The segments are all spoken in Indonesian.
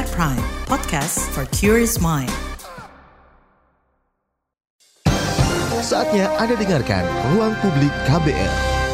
KBR Prime, podcast for curious mind. Saatnya Anda dengarkan Ruang Publik KBR.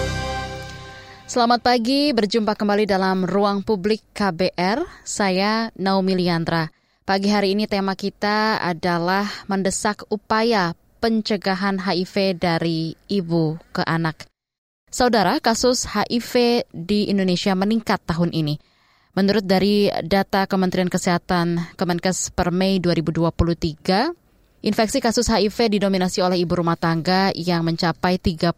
Selamat pagi, berjumpa kembali dalam Ruang Publik KBR. Saya Naomi Liandra. Pagi hari ini tema kita adalah mendesak upaya pencegahan HIV dari ibu ke anak. Saudara, kasus HIV di Indonesia meningkat tahun ini. Menurut dari data Kementerian Kesehatan Kemenkes per Mei 2023, infeksi kasus HIV didominasi oleh ibu rumah tangga yang mencapai 35%.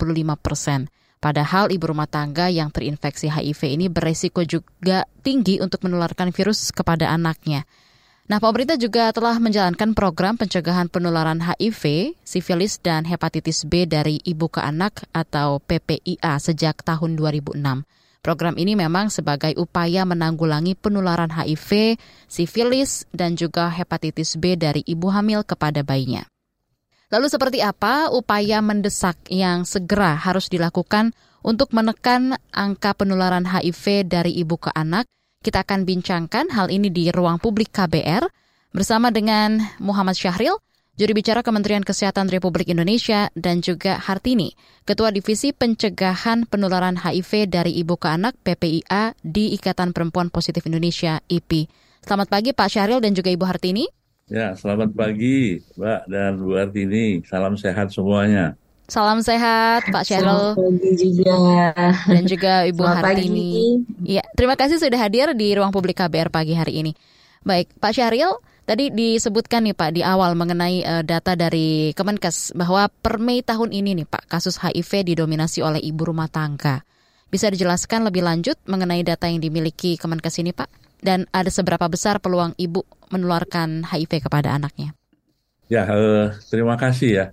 Padahal ibu rumah tangga yang terinfeksi HIV ini beresiko juga tinggi untuk menularkan virus kepada anaknya. Nah, pemerintah juga telah menjalankan program pencegahan penularan HIV, sifilis, dan hepatitis B dari ibu ke anak atau PPIA sejak tahun 2006. Program ini memang sebagai upaya menanggulangi penularan HIV, sifilis, dan juga hepatitis B dari ibu hamil kepada bayinya. Lalu seperti apa upaya mendesak yang segera harus dilakukan untuk menekan angka penularan HIV dari ibu ke anak? Kita akan bincangkan hal ini di Ruang Publik KBR bersama dengan Muhammad Syahril, Juru bicara Kementerian Kesehatan Republik Indonesia, dan juga Hartini, Ketua Divisi Pencegahan Penularan HIV dari Ibu ke Anak PPIA di Ikatan Perempuan Positif Indonesia (IPI). Selamat pagi Pak Syahril dan juga Ibu Hartini. Ya, selamat pagi Mbak dan Bu Hartini. Salam sehat semuanya. Salam sehat Pak Syahril. Selamat pagi juga. Dan juga Ibu Selamat Hartini. Ya, terima kasih sudah hadir di Ruang Publik KBR pagi hari ini. Baik, Pak Syahril, tadi disebutkan nih Pak di awal mengenai data dari Kemenkes bahwa per Mei tahun ini nih Pak, kasus HIV didominasi oleh ibu rumah tangga. Bisa dijelaskan lebih lanjut mengenai data yang dimiliki Kemenkes ini Pak? Dan ada seberapa besar peluang ibu menularkan HIV kepada anaknya? Ya, terima kasih ya.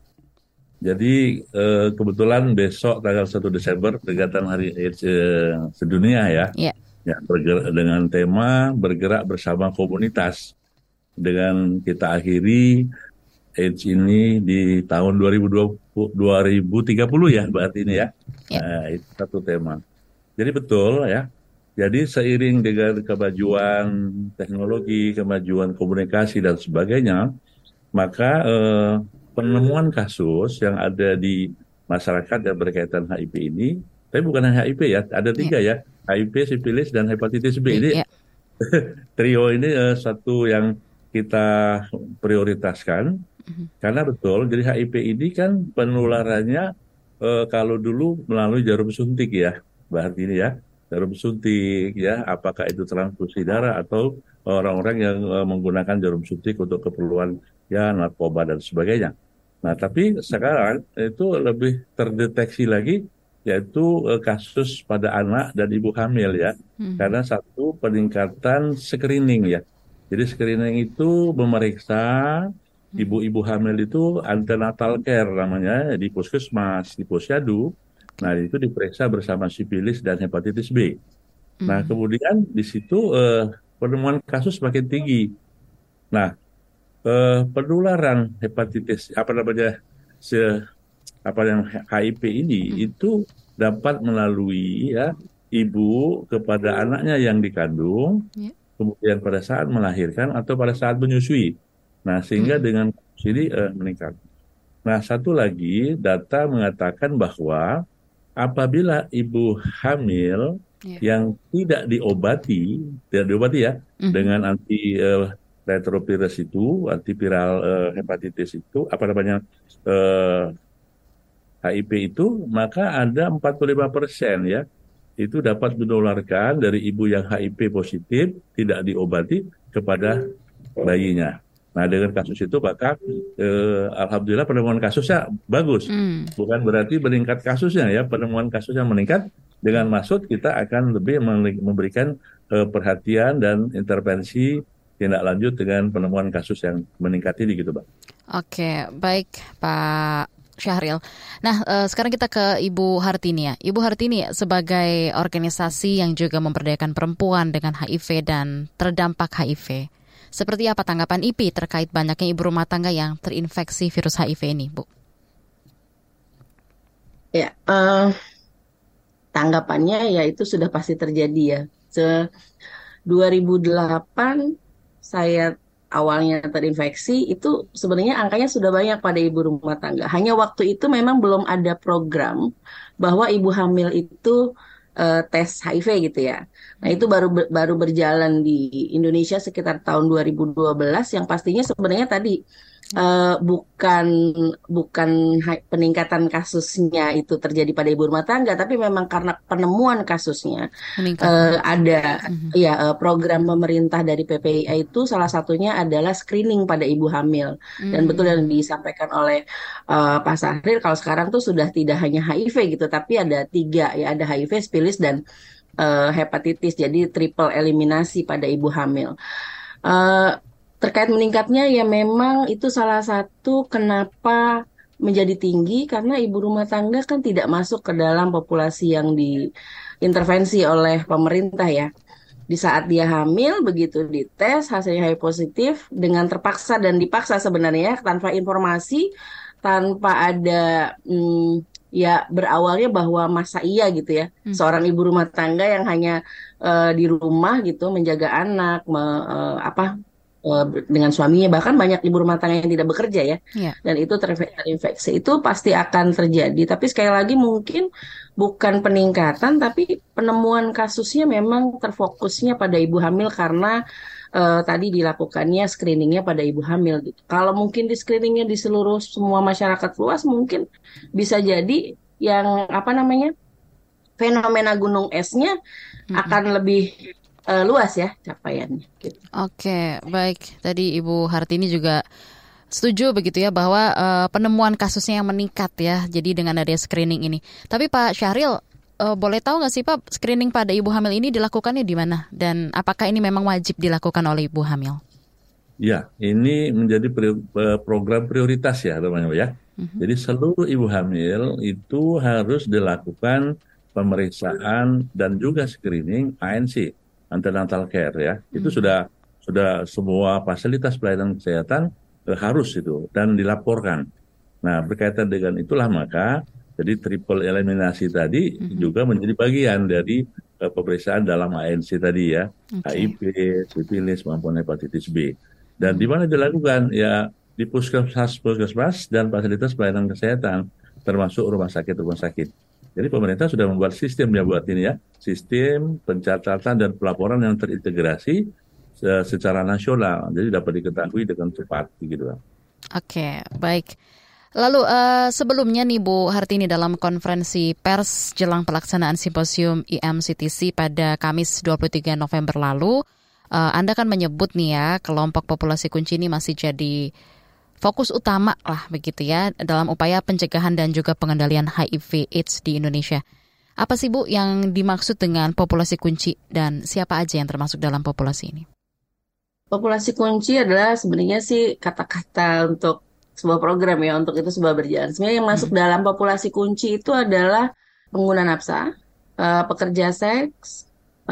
Jadi kebetulan besok tanggal 1 Desember peringatan Hari AIDS sedunia ya. Ya. Ya, bergerak dengan tema bergerak bersama komunitas. Dengan kita akhiri AIDS ini di tahun 2030 ya berarti ini ya. Itu satu tema. Jadi betul ya. Jadi seiring dengan kemajuan teknologi, kemajuan komunikasi dan sebagainya, maka penemuan kasus yang ada di masyarakat yang berkaitan HIV ini, tapi bukan hanya HIV ya, ada 3 ya, HIV, sifilis, dan hepatitis B. Ini trio ini satu yang kita prioritaskan, karena betul, jadi HIV ini kan penularannya kalau dulu melalui jarum suntik ya, berarti ini ya, jarum suntik ya, apakah itu transfusi darah atau orang-orang yang menggunakan jarum suntik untuk keperluan ya narkoba dan sebagainya. Nah, tapi sekarang itu lebih terdeteksi lagi, yaitu kasus pada anak dan ibu hamil ya, karena satu peningkatan screening ya. Jadi screening itu memeriksa ibu-ibu hamil itu antenatal care namanya di puskesmas, di posyandu. Nah, itu diperiksa bersama sifilis dan hepatitis B. Nah, kemudian di situ penemuan kasus makin tinggi. Nah, penularan hepatitis yang HIV ini itu dapat melalui ya ibu kepada anaknya yang dikandung, kemudian pada saat melahirkan atau pada saat menyusui. Nah, sehingga dengan ini meningkat. Nah, satu lagi data mengatakan bahwa apabila ibu hamil yang tidak diobati ya dengan anti retrovirus itu, antiviral hepatitis itu, HIV itu, maka ada 45% ya, itu dapat menularkan dari ibu yang HIV positif, tidak diobati kepada bayinya. Nah, dengan kasus itu maka alhamdulillah penemuan kasusnya bagus. Bukan berarti meningkat kasusnya ya, penemuan kasusnya meningkat, dengan maksud kita akan lebih memberikan perhatian dan intervensi tindak lanjut dengan penemuan kasus yang meningkat ini gitu, Pak. Oke, baik Pak Syahril. Nah, sekarang kita ke Ibu Hartini ya. Ibu Hartini sebagai organisasi yang juga memberdayakan perempuan dengan HIV dan terdampak HIV. Seperti apa tanggapan IPI terkait banyaknya ibu rumah tangga yang terinfeksi virus HIV ini, Bu? Ya, tanggapannya ya itu sudah pasti terjadi ya. 2008 saya awalnya terinfeksi, itu sebenarnya angkanya sudah banyak pada ibu rumah tangga. Hanya waktu itu memang belum ada program bahwa ibu hamil itu tes HIV gitu ya. Nah, itu baru berjalan di Indonesia sekitar tahun 2012, yang pastinya sebenarnya tadi bukan bukan peningkatan kasusnya itu terjadi pada ibu rumah tangga, tapi memang karena penemuan kasusnya Meningkat. ada program pemerintah dari PPIA, itu salah satunya adalah screening pada ibu hamil. Dan betul yang disampaikan oleh Pak Sahril, kalau sekarang tuh sudah tidak hanya HIV gitu, tapi ada 3 ya, ada HIV, spilis, dan hepatitis. Jadi triple eliminasi pada ibu hamil. Eh, Terkait meningkatnya, ya memang itu salah satu kenapa menjadi tinggi, karena ibu rumah tangga kan tidak masuk ke dalam populasi yang diintervensi oleh pemerintah ya. Di saat dia hamil, begitu dites hasilnya HIV positif, dengan terpaksa dan dipaksa sebenarnya, tanpa informasi, tanpa ada ya berawalnya bahwa masa iya gitu ya, seorang ibu rumah tangga yang hanya di rumah gitu menjaga anak, dengan suaminya, bahkan banyak ibu rumah tangga yang tidak bekerja ya, Ya. dan itu terinfeksi, itu pasti akan terjadi. Tapi sekali lagi mungkin bukan peningkatan, tapi penemuan kasusnya memang terfokusnya pada ibu hamil, karena tadi dilakukannya screeningnya pada ibu hamil gitu. Kalau mungkin di screeningnya di seluruh semua masyarakat luas, mungkin bisa jadi yang fenomena gunung esnya akan lebih luas ya capaiannya. Gitu. Oke, baik. Tadi Ibu Hartini juga setuju begitu ya bahwa penemuan kasusnya yang meningkat ya. Jadi dengan adanya screening ini. Tapi Pak Syahril, boleh tahu nggak sih Pak, screening pada ibu hamil ini dilakukannya di mana? Dan apakah ini memang wajib dilakukan oleh ibu hamil? Ya, ini menjadi program prioritas ya namanya ya. Jadi seluruh ibu hamil itu harus dilakukan pemeriksaan dan juga screening ANC, antenatal care ya. Itu sudah semua fasilitas pelayanan kesehatan harus itu dan dilaporkan. Nah, berkaitan dengan itulah maka jadi triple eliminasi tadi juga menjadi bagian dari pemeriksaan dalam ANC tadi ya, HIV, sifilis maupun hepatitis B. Dan di mana dilakukan ya di puskesmas dan fasilitas pelayanan kesehatan, termasuk rumah sakit. Jadi pemerintah sudah membuat sistem ya buat ini ya, sistem pencatatan dan pelaporan yang terintegrasi secara nasional, jadi dapat diketahui dengan cepat gitu. Oke, baik. Lalu sebelumnya nih Bu Hartini, dalam konferensi pers jelang pelaksanaan simposium IMCTC pada Kamis 23 November lalu, Anda kan menyebut nih ya, kelompok populasi kunci ini masih jadi fokus utama lah begitu ya dalam upaya pencegahan dan juga pengendalian HIV/AIDS di Indonesia. Apa sih Bu yang dimaksud dengan populasi kunci dan siapa aja yang termasuk dalam populasi ini? Populasi kunci adalah sebenarnya sih kata-kata untuk sebuah program ya, untuk itu sebuah berjalan. Sebenarnya yang masuk dalam populasi kunci itu adalah pengguna nafsa, pekerja seks,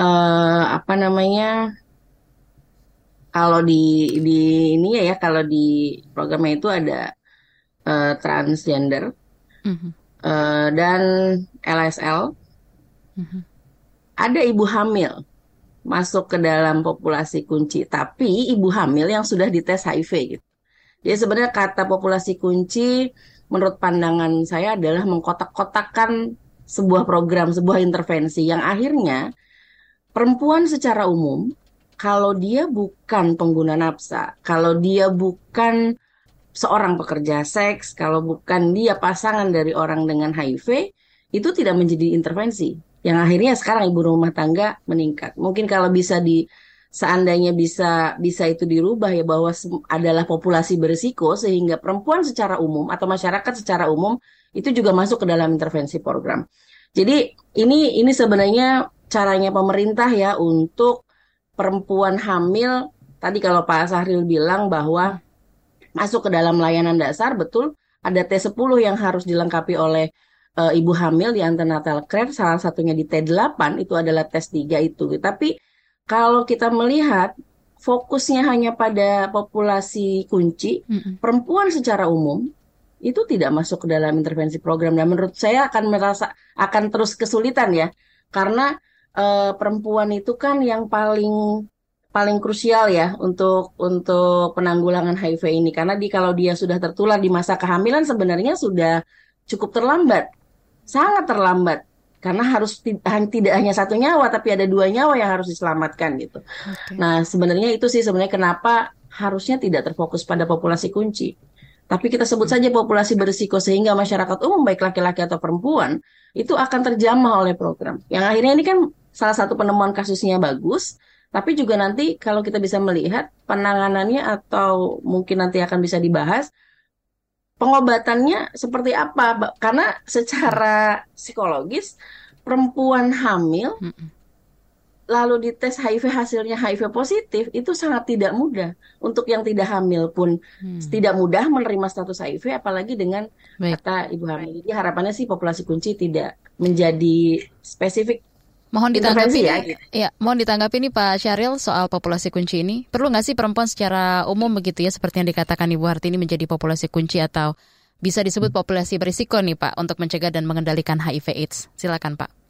kalau di ini ya, kalau di programnya itu ada transgender dan LSL. Ada ibu hamil masuk ke dalam populasi kunci, tapi ibu hamil yang sudah dites HIV gitu. Jadi sebenarnya kata populasi kunci menurut pandangan saya adalah mengkotak-kotakkan sebuah program, sebuah intervensi yang akhirnya perempuan secara umum, kalau dia bukan pengguna nafsa, kalau dia bukan seorang pekerja seks, kalau bukan dia pasangan dari orang dengan HIV, itu tidak menjadi intervensi. Yang akhirnya sekarang ibu rumah tangga meningkat. Mungkin kalau seandainya bisa itu dirubah ya, bahwa adalah populasi berisiko, sehingga perempuan secara umum atau masyarakat secara umum itu juga masuk ke dalam intervensi program. Jadi ini sebenarnya caranya pemerintah ya untuk perempuan hamil. Tadi kalau Pak Sahril bilang bahwa masuk ke dalam layanan dasar, betul, ada T10 yang harus dilengkapi oleh ibu hamil di antenatal care, salah satunya di T8 itu adalah tes 3 itu. Tapi kalau kita melihat fokusnya hanya pada populasi kunci, perempuan secara umum itu tidak masuk ke dalam intervensi program, dan menurut saya akan terus kesulitan ya, karena perempuan itu kan yang paling paling krusial ya untuk penanggulangan HIV ini, karena kalau dia sudah tertular di masa kehamilan sebenarnya sudah cukup terlambat, sangat terlambat, karena harus tidak hanya satu nyawa tapi ada 2 nyawa yang harus diselamatkan gitu. Oke. Nah, sebenarnya itu sih sebenarnya kenapa harusnya tidak terfokus pada populasi kunci, tapi kita sebut saja populasi berisiko, sehingga masyarakat umum baik laki-laki atau perempuan itu akan terjamah oleh program. Yang akhirnya ini kan salah satu penemuan kasusnya bagus, tapi juga nanti kalau kita bisa melihat penanganannya atau mungkin nanti akan bisa dibahas pengobatannya seperti apa. Karena secara psikologis perempuan hamil lalu dites HIV hasilnya HIV positif itu sangat tidak mudah. Untuk yang tidak hamil pun tidak mudah menerima status HIV, apalagi dengan kata ibu hamil. Jadi harapannya sih populasi kunci tidak menjadi spesifik. Mohon ditanggapi ya. Mohon ditanggapi nih Pak Syahril soal populasi kunci ini. Perlu nggak sih perempuan secara umum begitu ya, seperti yang dikatakan Ibu Hartini, menjadi populasi kunci atau bisa disebut populasi berisiko nih Pak untuk mencegah dan mengendalikan HIV/AIDS? Silakan Pak.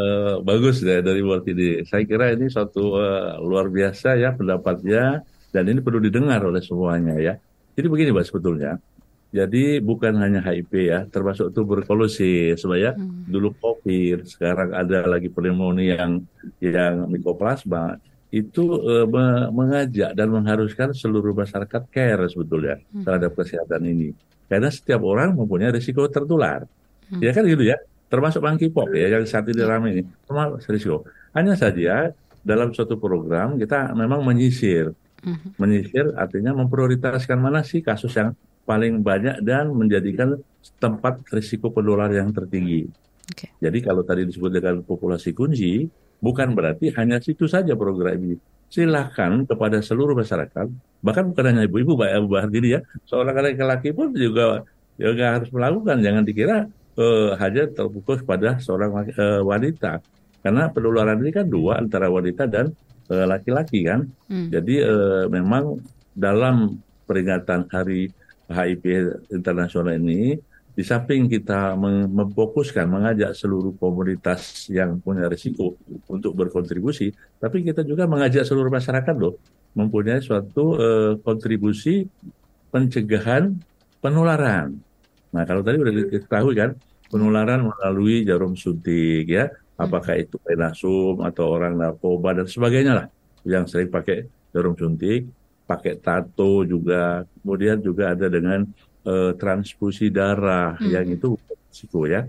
Bagus ya dari Ibu Hartini. Saya kira ini suatu luar biasa ya pendapatnya, dan ini perlu didengar oleh semuanya ya. Jadi begini Pak sebetulnya. Jadi bukan hanya HIV ya, termasuk tuberkulosis, ya. Dulu COVID, sekarang ada lagi pneumonia yang mikoplasma. Itu mengajak dan mengharuskan seluruh masyarakat care sebetulnya terhadap kesehatan ini. Karena setiap orang mempunyai risiko tertular. Ya kan gitu ya, termasuk monkeypox ya yang saat ini ramai ini, termasuk risiko. Hanya saja dalam suatu program kita memang menyisir. Menyisir artinya memprioritaskan mana sih kasus yang paling banyak dan menjadikan tempat risiko penularan yang tertinggi. Okay. Jadi kalau tadi disebut dengan populasi kunci, bukan berarti hanya situ saja program ini. Silakan kepada seluruh masyarakat, bahkan bukan hanya ibu-ibu, Mbak Hartini ya, seorang laki-laki pun juga harus melakukan. Jangan dikira hanya terfokus pada seorang wanita, karena penularan ini kan 2 antara wanita dan laki-laki kan. Jadi memang dalam peringatan Hari HIV internasional ini, di samping kita memfokuskan, mengajak seluruh komunitas yang punya risiko untuk berkontribusi, tapi kita juga mengajak seluruh masyarakat loh, mempunyai suatu kontribusi pencegahan penularan. Nah, kalau tadi sudah diketahui kan, penularan melalui jarum suntik ya, apakah itu penasum atau orang narkoba dan sebagainya lah, yang sering pakai jarum suntik, pakai tato juga, kemudian juga ada dengan transfusi darah yang itu risiko ya,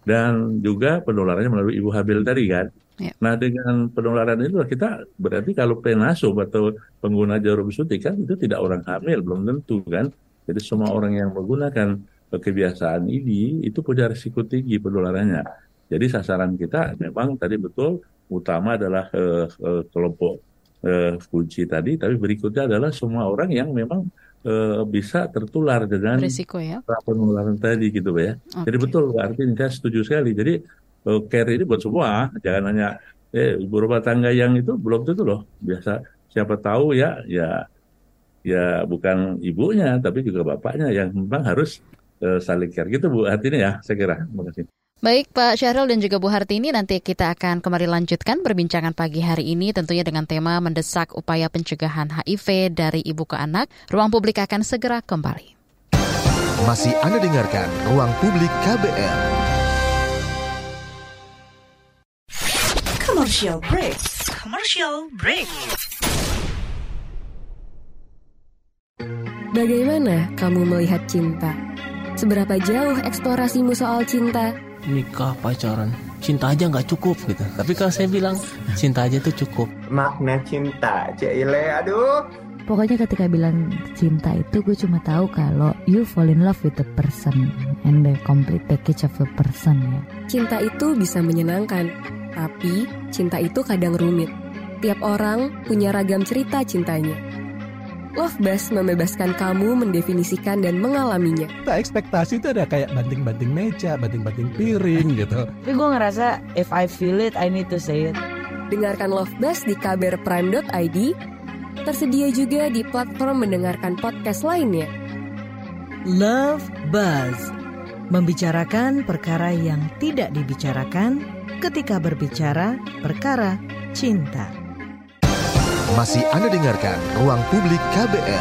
dan juga penularannya melalui ibu hamil tadi kan. Nah, dengan penularan itu kita berarti kalau penasum atau pengguna jarum suntik kan itu tidak orang hamil, belum tentu kan. Jadi semua orang yang menggunakan kebiasaan ini itu punya risiko tinggi penularannya. Jadi sasaran kita memang tadi betul utama adalah kelompok kunci tadi, tapi berikutnya adalah semua orang yang memang bisa tertular dengan berisiko ya, penularan tadi gitu ya. Jadi betul artinya saya setuju sekali. Jadi care ini buat semua, jangan hanya ibu rumah tangga yang itu belum tentu loh. Biasa siapa tahu ya bukan ibunya tapi juga bapaknya yang memang harus saling care gitu Bu Hartini ya, saya kira. Terima kasih. Baik Pak Syahril dan juga Bu Hartini, nanti kita akan kembali lanjutkan perbincangan pagi hari ini tentunya dengan tema mendesak upaya pencegahan HIV dari ibu ke anak. Ruang Publik akan segera kembali. Masih Anda dengarkan Ruang Publik KBR. Commercial break. Commercial break. Bagaimana kamu melihat cinta? Seberapa jauh eksplorasimu soal cinta? Nikah, pacaran, cinta aja nggak cukup gitu. Tapi kalau saya bilang cinta aja tuh cukup. Makna cinta, Cile, aduh. Pokoknya ketika bilang cinta itu gue cuma tahu kalau you fall in love with the person and the complete package of the person ya. Cinta itu bisa menyenangkan, tapi cinta itu kadang rumit. Tiap orang punya ragam cerita cintanya. Love Buzz membebaskan kamu mendefinisikan dan mengalaminya. Ekspektasi itu ada kayak banting-banting meja, banting-banting piring gitu. Tapi gue ngerasa if I feel it, I need to say it. Dengarkan Love Buzz di kbrprime.id. Tersedia juga di platform mendengarkan podcast lainnya. Love Buzz, membicarakan perkara yang tidak dibicarakan ketika berbicara perkara cinta. Masih Anda dengarkan Ruang Publik KBR.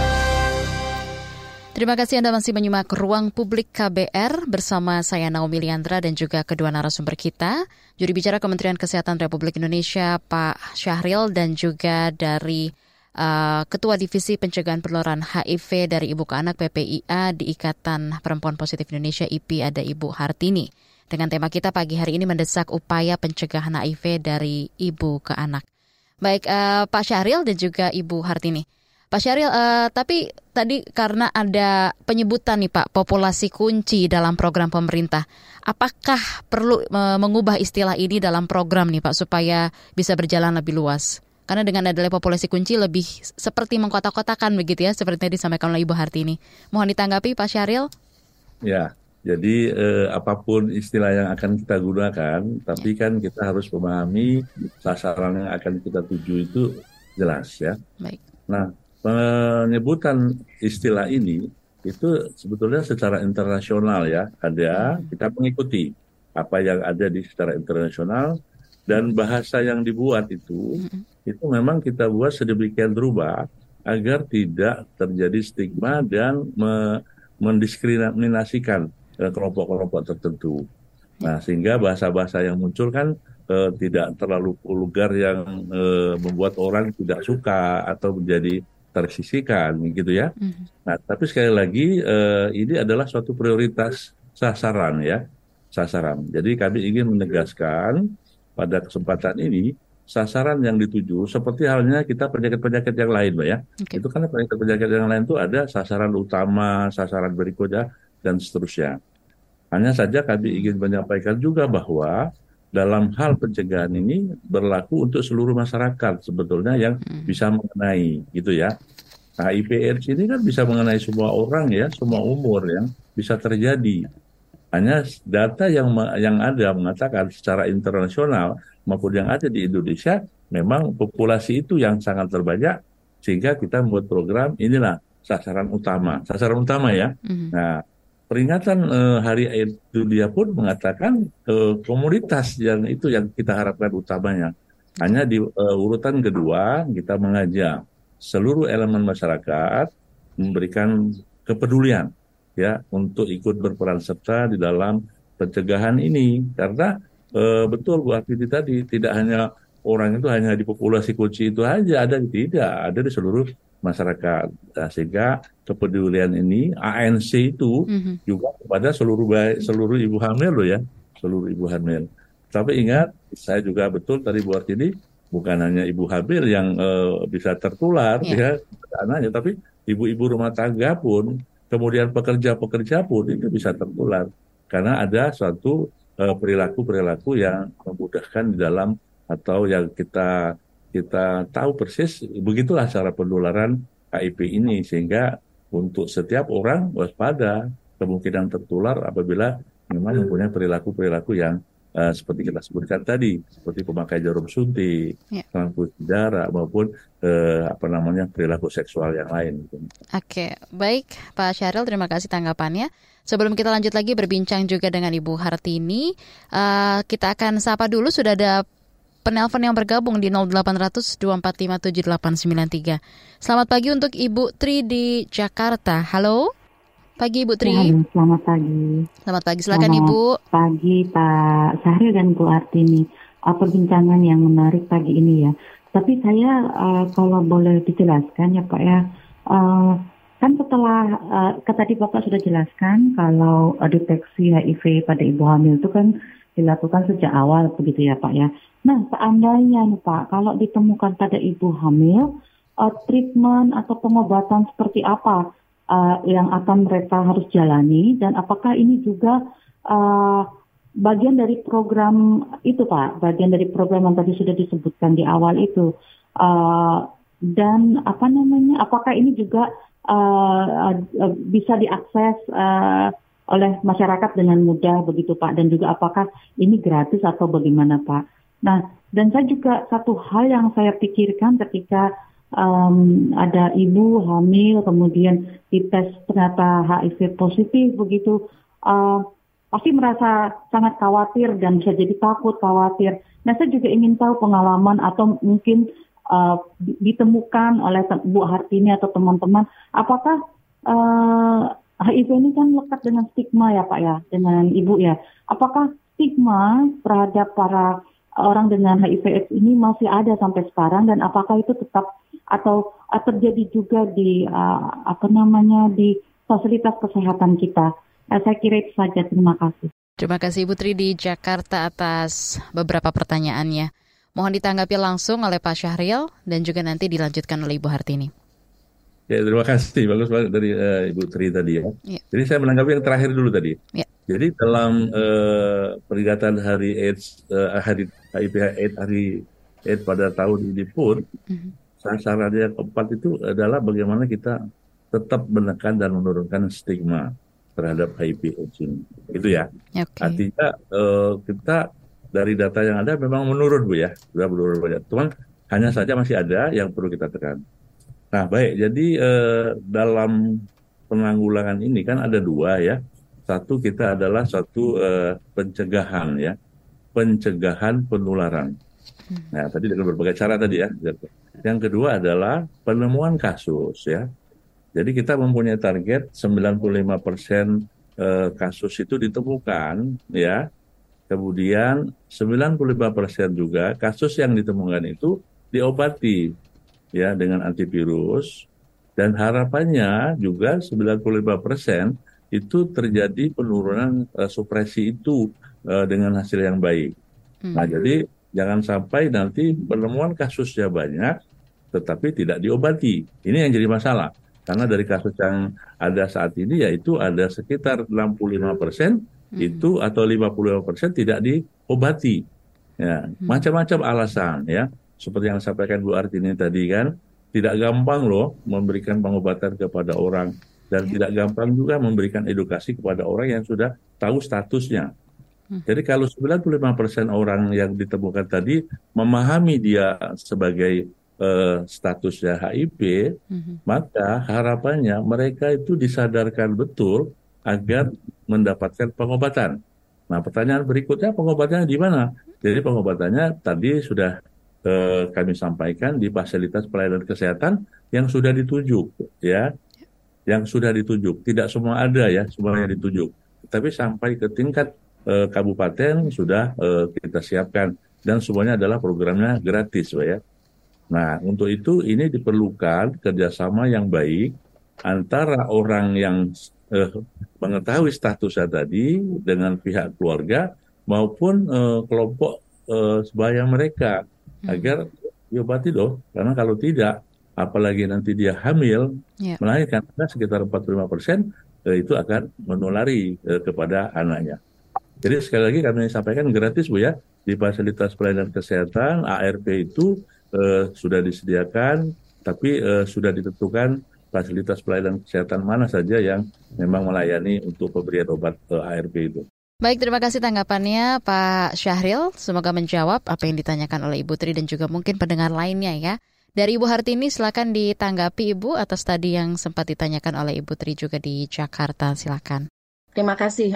Terima kasih Anda masih menyimak Ruang Publik KBR bersama saya Naomi Liandra dan juga kedua narasumber kita, Juru bicara Kementerian Kesehatan Republik Indonesia Pak Syahril dan juga dari Ketua Divisi Pencegahan Penularan HIV dari Ibu ke Anak PPIA di Ikatan Perempuan Positif Indonesia IPI ada Ibu Hartini. Dengan tema kita pagi hari ini mendesak upaya pencegahan HIV dari ibu ke anak. Baik Pak Syahril dan juga Ibu Hartini. Pak Syahril, tapi tadi karena ada penyebutan nih Pak, populasi kunci dalam program pemerintah. Apakah perlu mengubah istilah ini dalam program nih Pak supaya bisa berjalan lebih luas? Karena dengan adanya populasi kunci lebih seperti mengkotak-kotakan begitu ya, seperti yang disampaikan oleh Ibu Hartini. Mohon ditanggapi Pak Syahril. Ya, jadi apapun istilah yang akan kita gunakan, tapi kan kita harus memahami sasaran yang akan kita tuju itu jelas ya. Baik. Nah, penyebutan istilah ini itu sebetulnya secara internasional ya, ada kita mengikuti apa yang ada di secara internasional dan bahasa yang dibuat itu memang kita buat sedemikian rupa agar tidak terjadi stigma dan mendiskriminasikan kelompok-kelompok tertentu. Nah, sehingga bahasa-bahasa yang muncul kan tidak terlalu vulgar yang membuat orang tidak suka atau menjadi tersisihkan gitu ya. Nah, tapi sekali lagi ini adalah suatu prioritas sasaran ya, sasaran. Jadi kami ingin menegaskan pada kesempatan ini sasaran yang dituju seperti halnya kita penyakit-penyakit yang lain, Mbak ya. Itu kan penyakit-penyakit yang lain itu ada sasaran utama, sasaran berikutnya dan seterusnya. Hanya saja kami ingin menyampaikan juga bahwa dalam hal pencegahan ini berlaku untuk seluruh masyarakat sebetulnya yang bisa mengenai gitu ya. HIV/AIDS ini kan bisa mengenai semua orang ya, semua umur yang bisa terjadi. Hanya data yang ada mengatakan secara internasional maupun yang ada di Indonesia memang populasi itu yang sangat terbanyak sehingga kita membuat program inilah sasaran utama ya. Nah, peringatan Hari AIDS Dunia pun mengatakan komunitas yang itu yang kita harapkan utamanya. Hanya di urutan kedua kita mengajak seluruh elemen masyarakat memberikan kepedulian ya untuk ikut berperan serta di dalam pencegahan ini karena betul Bu Artini tadi tidak hanya orang itu hanya di populasi kunci itu aja ada tidak ada di seluruh masyarakat. Nah, sehingga kepedulian ini ANC itu juga kepada seluruh ibu hamil loh ya, seluruh ibu hamil. Tapi ingat saya juga betul tadi Bu Artini bukan hanya ibu hamil yang bisa tertular ya anaknya, tapi ibu-ibu rumah tangga pun kemudian pekerja-pekerja pun itu bisa tertular karena ada suatu perilaku-perilaku yang memudahkan di dalam atau yang kita tahu persis begitulah cara penularan HIV ini sehingga untuk setiap orang waspada kemungkinan tertular apabila memang mempunyai perilaku-perilaku yang seperti kita sebutkan tadi seperti pemakai jarum suntik, transfusi darah maupun perilaku seksual yang lain. Oke, baik Pak Syahril, terima kasih tanggapannya. Sebelum kita lanjut lagi berbincang juga dengan Ibu Hartini, kita akan sapa dulu sudah ada penelpon yang bergabung di 0800 245 7893. Selamat pagi untuk Ibu Tri di Jakarta. Halo. Pagi Ibu Tri. Halo, selamat pagi. Selamat pagi, silakan Ibu. Pagi Pak Syahril dan Bu Hartini. Perbincangan yang menarik pagi ini ya. Tapi saya kalau boleh dijelaskan ya Pak ya, kan setelah tadi Bapak sudah jelaskan kalau deteksi HIV pada ibu hamil itu kan dilakukan sejak awal begitu ya Pak ya. Nah seandainya nih Pak, kalau ditemukan pada ibu hamil, treatment atau pengobatan seperti apa yang akan mereka harus jalani dan apakah ini juga bagian dari program itu Pak, bagian dari program yang tadi sudah disebutkan di awal itu dan apakah ini juga bisa diakses oleh masyarakat dengan mudah begitu Pak dan juga apakah ini gratis atau bagaimana Pak? Nah dan saya juga satu hal yang saya pikirkan ketika ada ibu hamil kemudian dites ternyata HIV positif begitu pasti merasa sangat khawatir dan bisa jadi takut khawatir. Nah saya juga ingin tahu pengalaman atau mungkin ditemukan oleh Bu Hartini atau teman-teman, apakah HIV ini kan lekat dengan stigma ya Pak ya, dengan Ibu ya. Apakah stigma terhadap para orang dengan HIV/AIDS ini masih ada sampai sekarang, dan apakah itu tetap atau terjadi juga di di fasilitas kesehatan kita? Saya kira itu saja. Terima kasih. Terima kasih Ibu Tri di Jakarta atas beberapa pertanyaannya. Mohon ditanggapi langsung oleh Pak Syahril dan juga nanti dilanjutkan oleh Ibu Hartini. Ya, terima kasih. Bagus banget dari Ibu Tri tadi ya. Jadi saya menanggapi yang terakhir dulu tadi. Jadi dalam peringatan Hari AIDS, Hari HIV/AIDS, Hari AIDS pada tahun ini pun, sasaran yang keempat itu adalah bagaimana kita tetap menekan dan menurunkan stigma terhadap HIV/AIDS ini. Itu ya. Artinya kita dari data yang ada memang menurun Bu ya, sudah menurun banyak. Cuman hanya saja masih ada yang perlu kita tekan. Nah baik, jadi dalam penanggulangan ini kan ada dua ya. Satu kita adalah satu pencegahan ya, pencegahan penularan. Nah tadi dengan berbagai cara tadi ya. Yang kedua adalah penemuan kasus ya. Jadi kita mempunyai target 95% kasus itu ditemukan ya. Kemudian 95% juga kasus yang ditemukan itu diobati ya dengan antivirus, dan harapannya juga 95% itu terjadi penurunan supresi itu dengan hasil yang baik. Nah jadi jangan sampai nanti penemuan kasusnya banyak tetapi tidak diobati. Ini yang jadi masalah. Karena dari kasus yang ada saat ini yaitu ada sekitar 65% itu atau 55% tidak diobati. Ya, macam-macam alasan ya. Seperti yang disampaikan Bu Artini tadi kan, tidak gampang loh memberikan pengobatan kepada orang, dan tidak gampang juga memberikan edukasi kepada orang yang sudah tahu statusnya. Jadi kalau 95% orang yang ditemukan tadi memahami dia sebagai statusnya HIV, maka harapannya mereka itu disadarkan betul agar mendapatkan pengobatan. Nah pertanyaan berikutnya, pengobatannya di mana? Jadi pengobatannya tadi sudah kami sampaikan di fasilitas pelayanan kesehatan yang sudah ditunjuk ya, yang sudah ditunjuk. Tidak semua ada ya, semuanya ditunjuk, tapi sampai ke tingkat kabupaten sudah kita siapkan, dan semuanya adalah programnya gratis ya. Nah untuk itu ini diperlukan kerjasama yang baik antara orang yang mengetahui statusnya tadi dengan pihak keluarga maupun kelompok sebaya mereka, agar diobati dong. Karena kalau tidak, apalagi nanti dia hamil, melahirkan, sekitar 45% itu akan menulari kepada anaknya. Jadi sekali lagi kami sampaikan gratis Bu ya, di fasilitas pelayanan kesehatan ARP itu sudah disediakan, tapi sudah ditentukan fasilitas pelayanan kesehatan mana saja yang memang melayani untuk pemberian obat ARP itu. Baik, terima kasih tanggapannya Pak Syahril. Semoga menjawab apa yang ditanyakan oleh Ibu Tri dan juga mungkin pendengar lainnya ya. Dari Ibu Hartini silakan ditanggapi Ibu atas tadi yang sempat ditanyakan oleh Ibu Tri juga di Jakarta, silakan. Terima kasih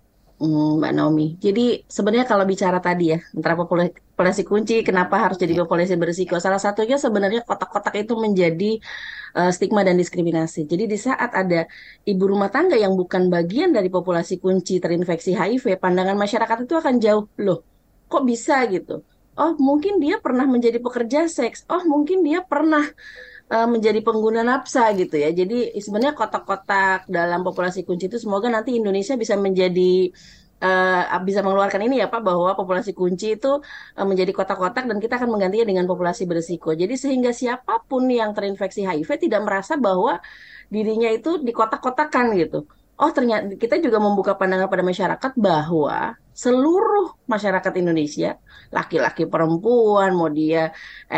Mbak Naomi. Jadi sebenarnya kalau bicara tadi ya, antara populasi kunci, kenapa harus jadi populasi berisiko? Salah satunya sebenarnya kotak-kotak itu menjadi stigma dan diskriminasi. Jadi di saat ada ibu rumah tangga yang bukan bagian dari populasi kunci terinfeksi HIV, pandangan masyarakat itu akan jauh, loh kok bisa gitu? Oh mungkin dia pernah menjadi pekerja seks, oh mungkin dia pernah menjadi pengguna nafsa gitu ya. Jadi sebenarnya kotak-kotak dalam populasi kunci itu semoga nanti Indonesia bisa menjadi bisa mengeluarkan ini ya Pak, bahwa populasi kunci itu menjadi kotak-kotak dan kita akan menggantinya dengan populasi berisiko. Jadi sehingga siapapun yang terinfeksi HIV tidak merasa bahwa dirinya itu dikotak-kotakan gitu. Oh ternyata kita juga membuka pandangan pada masyarakat bahwa seluruh masyarakat Indonesia, laki-laki perempuan, mau dia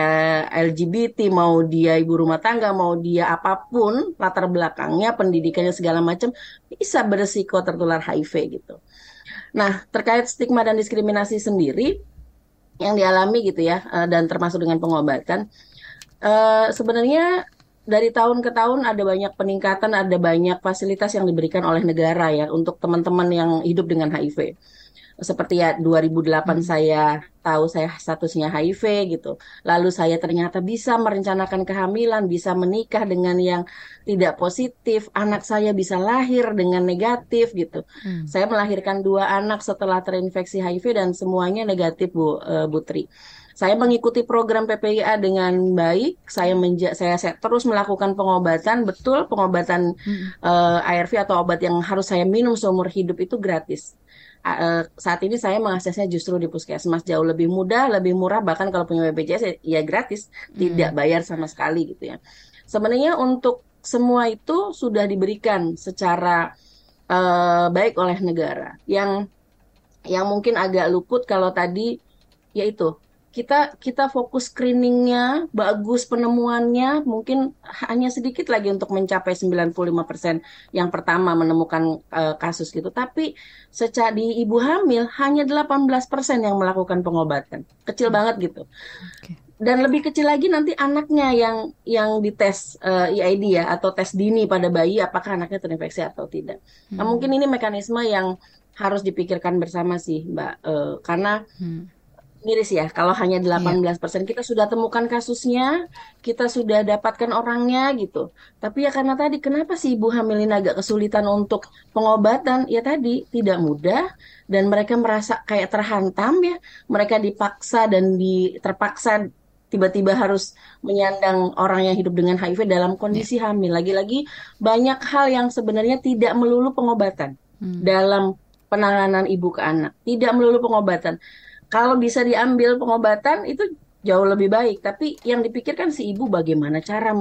LGBT, mau dia ibu rumah tangga, mau dia apapun latar belakangnya, pendidikannya segala macam, bisa berisiko tertular HIV gitu. Nah terkait stigma dan diskriminasi sendiri yang dialami gitu ya, dan termasuk dengan pengobatan, sebenarnya dari tahun ke tahun ada banyak peningkatan, ada banyak fasilitas yang diberikan oleh negara ya untuk teman-teman yang hidup dengan HIV. Seperti ya 2008 saya tahu saya statusnya HIV gitu. Lalu saya ternyata bisa merencanakan kehamilan, bisa menikah dengan yang tidak positif, anak saya bisa lahir dengan negatif gitu. Saya melahirkan 2 anak setelah terinfeksi HIV dan semuanya negatif, Bu Tri. Saya mengikuti program PPIA dengan baik. Saya terus melakukan pengobatan. Betul, pengobatan ARV atau obat yang harus saya minum seumur hidup itu gratis. Saat ini saya mengaksesnya justru di puskesmas, jauh lebih mudah, lebih murah. Bahkan kalau punya BPJS ya gratis, tidak bayar sama sekali gitu ya. Sebenarnya untuk semua itu sudah diberikan secara baik oleh negara. Yang mungkin agak luput kalau tadi yaitu kita fokus screeningnya bagus, penemuannya mungkin hanya sedikit lagi untuk mencapai 95% yang pertama menemukan kasus gitu. Tapi secara di ibu hamil hanya 18% yang melakukan pengobatan. Kecil banget gitu. Dan lebih kecil lagi nanti anaknya yang dites EID ya, atau tes dini pada bayi apakah anaknya terinfeksi atau tidak. Nah, mungkin ini mekanisme yang harus dipikirkan bersama sih, Mbak, karena miris ya, kalau hanya 18% kita sudah temukan kasusnya, kita sudah dapatkan orangnya gitu. Tapi ya karena tadi, kenapa sih ibu hamil ini agak kesulitan untuk pengobatan? Ya tadi, tidak mudah, dan mereka merasa kayak terhantam ya. Mereka dipaksa dan terpaksa tiba-tiba harus menyandang orang yang hidup dengan HIV dalam kondisi hamil. Lagi-lagi banyak hal yang sebenarnya tidak melulu pengobatan dalam penanganan ibu ke anak. Tidak melulu pengobatan. Kalau bisa diambil pengobatan itu jauh lebih baik. Tapi yang dipikirkan si ibu bagaimana cara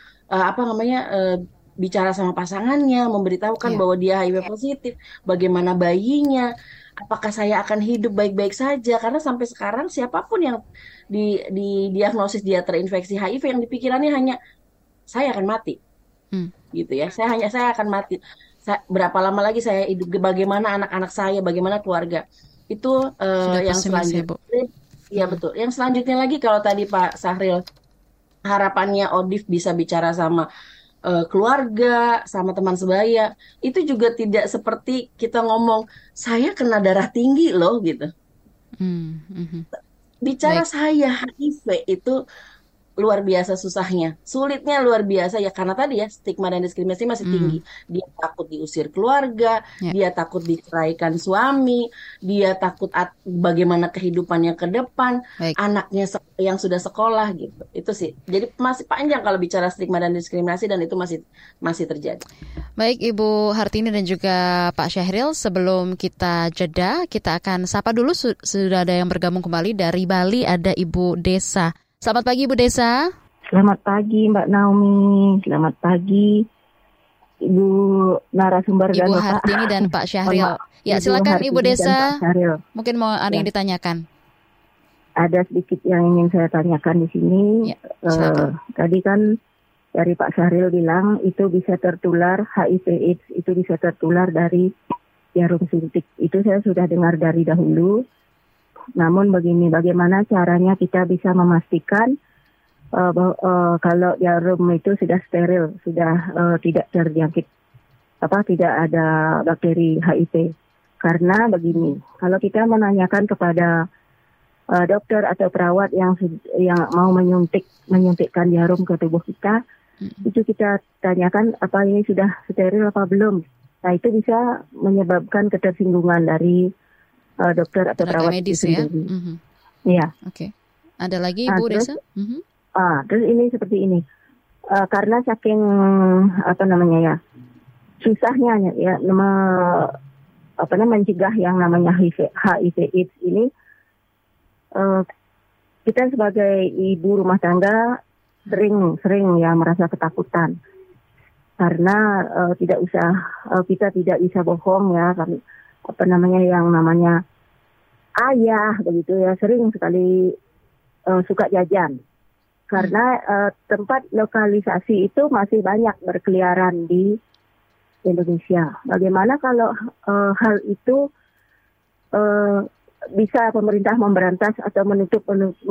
bicara sama pasangannya, memberitahukan bahwa dia HIV positif, bagaimana bayinya, apakah saya akan hidup baik-baik saja. Karena sampai sekarang siapapun yang didiagnosis dia terinfeksi HIV, yang dipikirannya hanya saya akan mati, gitu ya. Saya akan mati. Berapa lama lagi saya hidup? Bagaimana anak-anak saya? Bagaimana keluarga? Itu yang selanjutnya. Ya betul. Yang selanjutnya lagi, kalau tadi Pak Sahril harapannya ODIF bisa bicara sama keluarga, sama teman sebaya, itu juga tidak seperti kita ngomong saya kena darah tinggi loh gitu. Bicara saya HIV itu luar biasa susahnya, sulitnya luar biasa ya, karena tadi ya stigma dan diskriminasi masih tinggi. Dia takut diusir keluarga, dia takut diceraikan suami, dia takut bagaimana kehidupannya ke depan, anaknya yang sudah sekolah gitu. Itu sih. Jadi masih panjang kalau bicara stigma dan diskriminasi, dan itu masih terjadi. Baik Ibu Hartini dan juga Pak Syahril, sebelum kita jeda, kita akan sapa dulu, sudah ada yang bergabung kembali dari Bali, ada Ibu Desa. Selamat pagi Bu Desa. Selamat pagi Mbak Naomi. Selamat pagi Ibu narasumber dan Ibu Hartini dan Pak Syahril. Ya, silakan Ibu Desa. Mungkin mau ada yang ditanyakan. Ada sedikit yang ingin saya tanyakan di sini. Ya, tadi kan dari Pak Syahril bilang itu bisa tertular HIV/AIDS, itu bisa tertular dari jarum suntik. Itu saya sudah dengar dari dahulu. Namun begini, bagaimana caranya kita bisa memastikan kalau jarum itu sudah steril, sudah tidak terjangkit, tidak ada bakteri HIV. Karena begini, kalau kita menanyakan kepada dokter atau perawat yang mau menyuntikkan jarum ke tubuh kita, itu kita tanyakan apa ini sudah steril apa belum. Nah, itu bisa menyebabkan ketersinggungan dari dokter atau perawat medis ya. Iya. Oke. Ada lagi Bu Desa? Terus ini seperti ini. Karena saking susahnya ya mencegah yang namanya HIV/AIDS ini, kita sebagai ibu rumah tangga sering ya merasa ketakutan. Karena kita tidak bisa bohong ya, yang namanya ayah begitu ya, sering sekali suka jajan. Karena tempat lokalisasi itu masih banyak berkeliaran di Indonesia. Bagaimana kalau hal itu bisa pemerintah memberantas atau menutup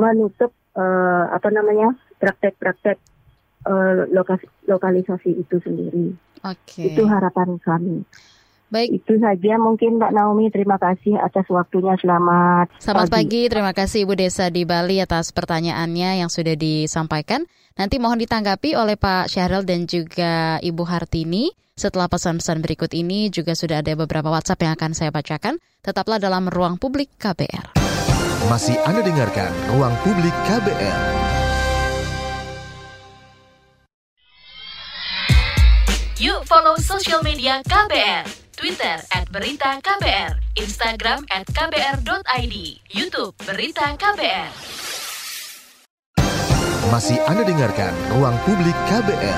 praktek-praktek lokalisasi itu sendiri. Oke. Itu harapan kami. Baik. Itu saja mungkin Mbak Naomi, terima kasih atas waktunya. Selamat pagi. Terima kasih Ibu Desa di Bali atas pertanyaannya yang sudah disampaikan. Nanti mohon ditanggapi oleh Pak Syahril dan juga Ibu Hartini. Setelah pesan-pesan berikut ini juga sudah ada beberapa WhatsApp yang akan saya bacakan. Tetaplah dalam Ruang Publik KBR. Masih Anda dengarkan Ruang Publik KBR. Yuk follow sosial media KBR, Twitter @beritaKBR, Instagram @kbr.id, YouTube Berita KBR. Masih Anda dengarkan Ruang Publik KBR.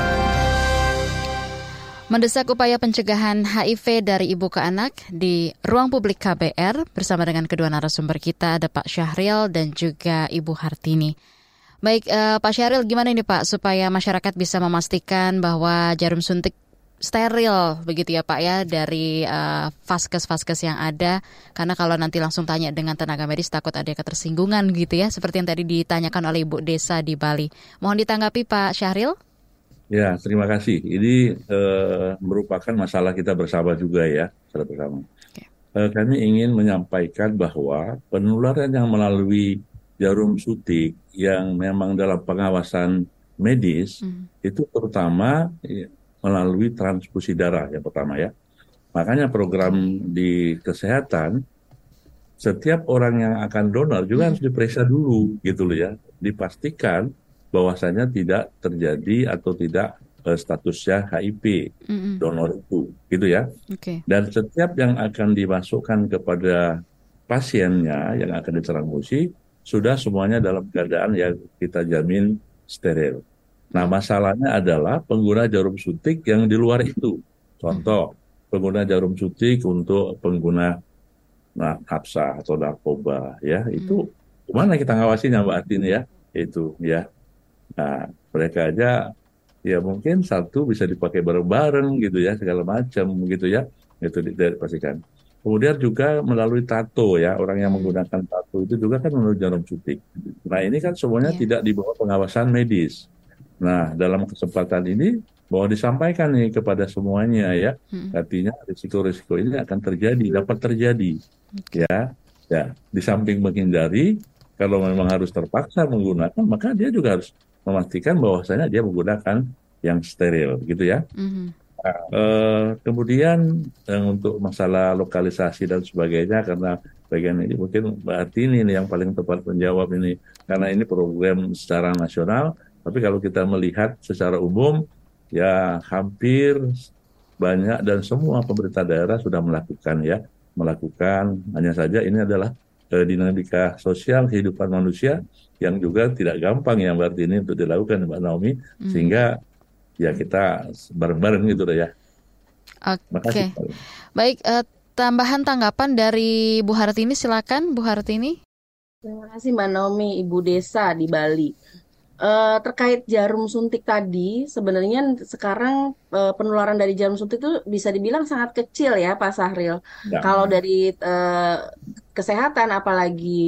Mendesak upaya pencegahan HIV dari ibu ke anak di Ruang Publik KBR bersama dengan kedua narasumber kita, ada Pak Syahril dan juga Ibu Hartini. Baik, Pak Syahril, gimana ini Pak supaya masyarakat bisa memastikan bahwa jarum suntik steril begitu ya Pak ya dari vaskes-vaskes yang ada, karena kalau nanti langsung tanya dengan tenaga medis takut ada ketersinggungan gitu ya, seperti yang tadi ditanyakan oleh Ibu Desa di Bali. Mohon ditanggapi Pak Syahril. Ya, terima kasih. Ini merupakan masalah kita bersama juga ya, masalah bersama. Kami ingin menyampaikan bahwa penularan yang melalui jarum suntik yang memang dalam pengawasan medis itu terutama melalui transfusi darah yang pertama ya. Makanya program di kesehatan, setiap orang yang akan donor juga harus diperiksa dulu gitu loh ya. Dipastikan bahwasanya tidak terjadi atau tidak statusnya HIV donor itu gitu ya. Dan setiap yang akan dimasukkan kepada pasiennya yang akan ditransfusi sudah semuanya dalam keadaan yang kita jamin steril. Nah, masalahnya adalah pengguna jarum suntik yang di luar itu. Contoh, pengguna jarum suntik untuk pengguna hapsa atau narkoba, ya. Itu gimana kita ngawasinya, Mbak Artini ya? Itu, ya. Nah, mereka aja, ya mungkin satu bisa dipakai bareng-bareng gitu ya, segala macam gitu ya. Itu dipastikan. Kemudian juga melalui tato ya, orang yang menggunakan tato itu juga kan melalui jarum suntik. Nah, ini kan semuanya tidak di bawah pengawasan medis. Nah, dalam kesempatan ini bahwa disampaikan nih kepada semuanya ya, artinya risiko-risiko ini akan terjadi, dapat terjadi, ya. Di samping menghindari, kalau memang harus terpaksa menggunakan, maka dia juga harus memastikan bahwasanya dia menggunakan yang steril, gitu ya. Kemudian untuk masalah lokalisasi dan sebagainya, karena bagian ini mungkin Mbak Artini ini yang paling tepat menjawab ini, karena ini program secara nasional. Tapi kalau kita melihat secara umum, ya hampir banyak dan semua pemerintah daerah sudah melakukan. Hanya saja ini adalah dinamika sosial kehidupan manusia yang juga tidak gampang ya Mbak Artini untuk dilakukan Mbak Naomi, sehingga ya kita bareng-bareng gitu ya. Oke. Baik, tambahan tanggapan dari Bu Hartini, silakan Bu Hartini. Terima kasih Mbak Naomi, Ibu Desa di Bali. Terkait jarum suntik tadi, sebenarnya sekarang penularan dari jarum suntik itu bisa dibilang sangat kecil ya Pak Syahril. Kalau dari kesehatan, apalagi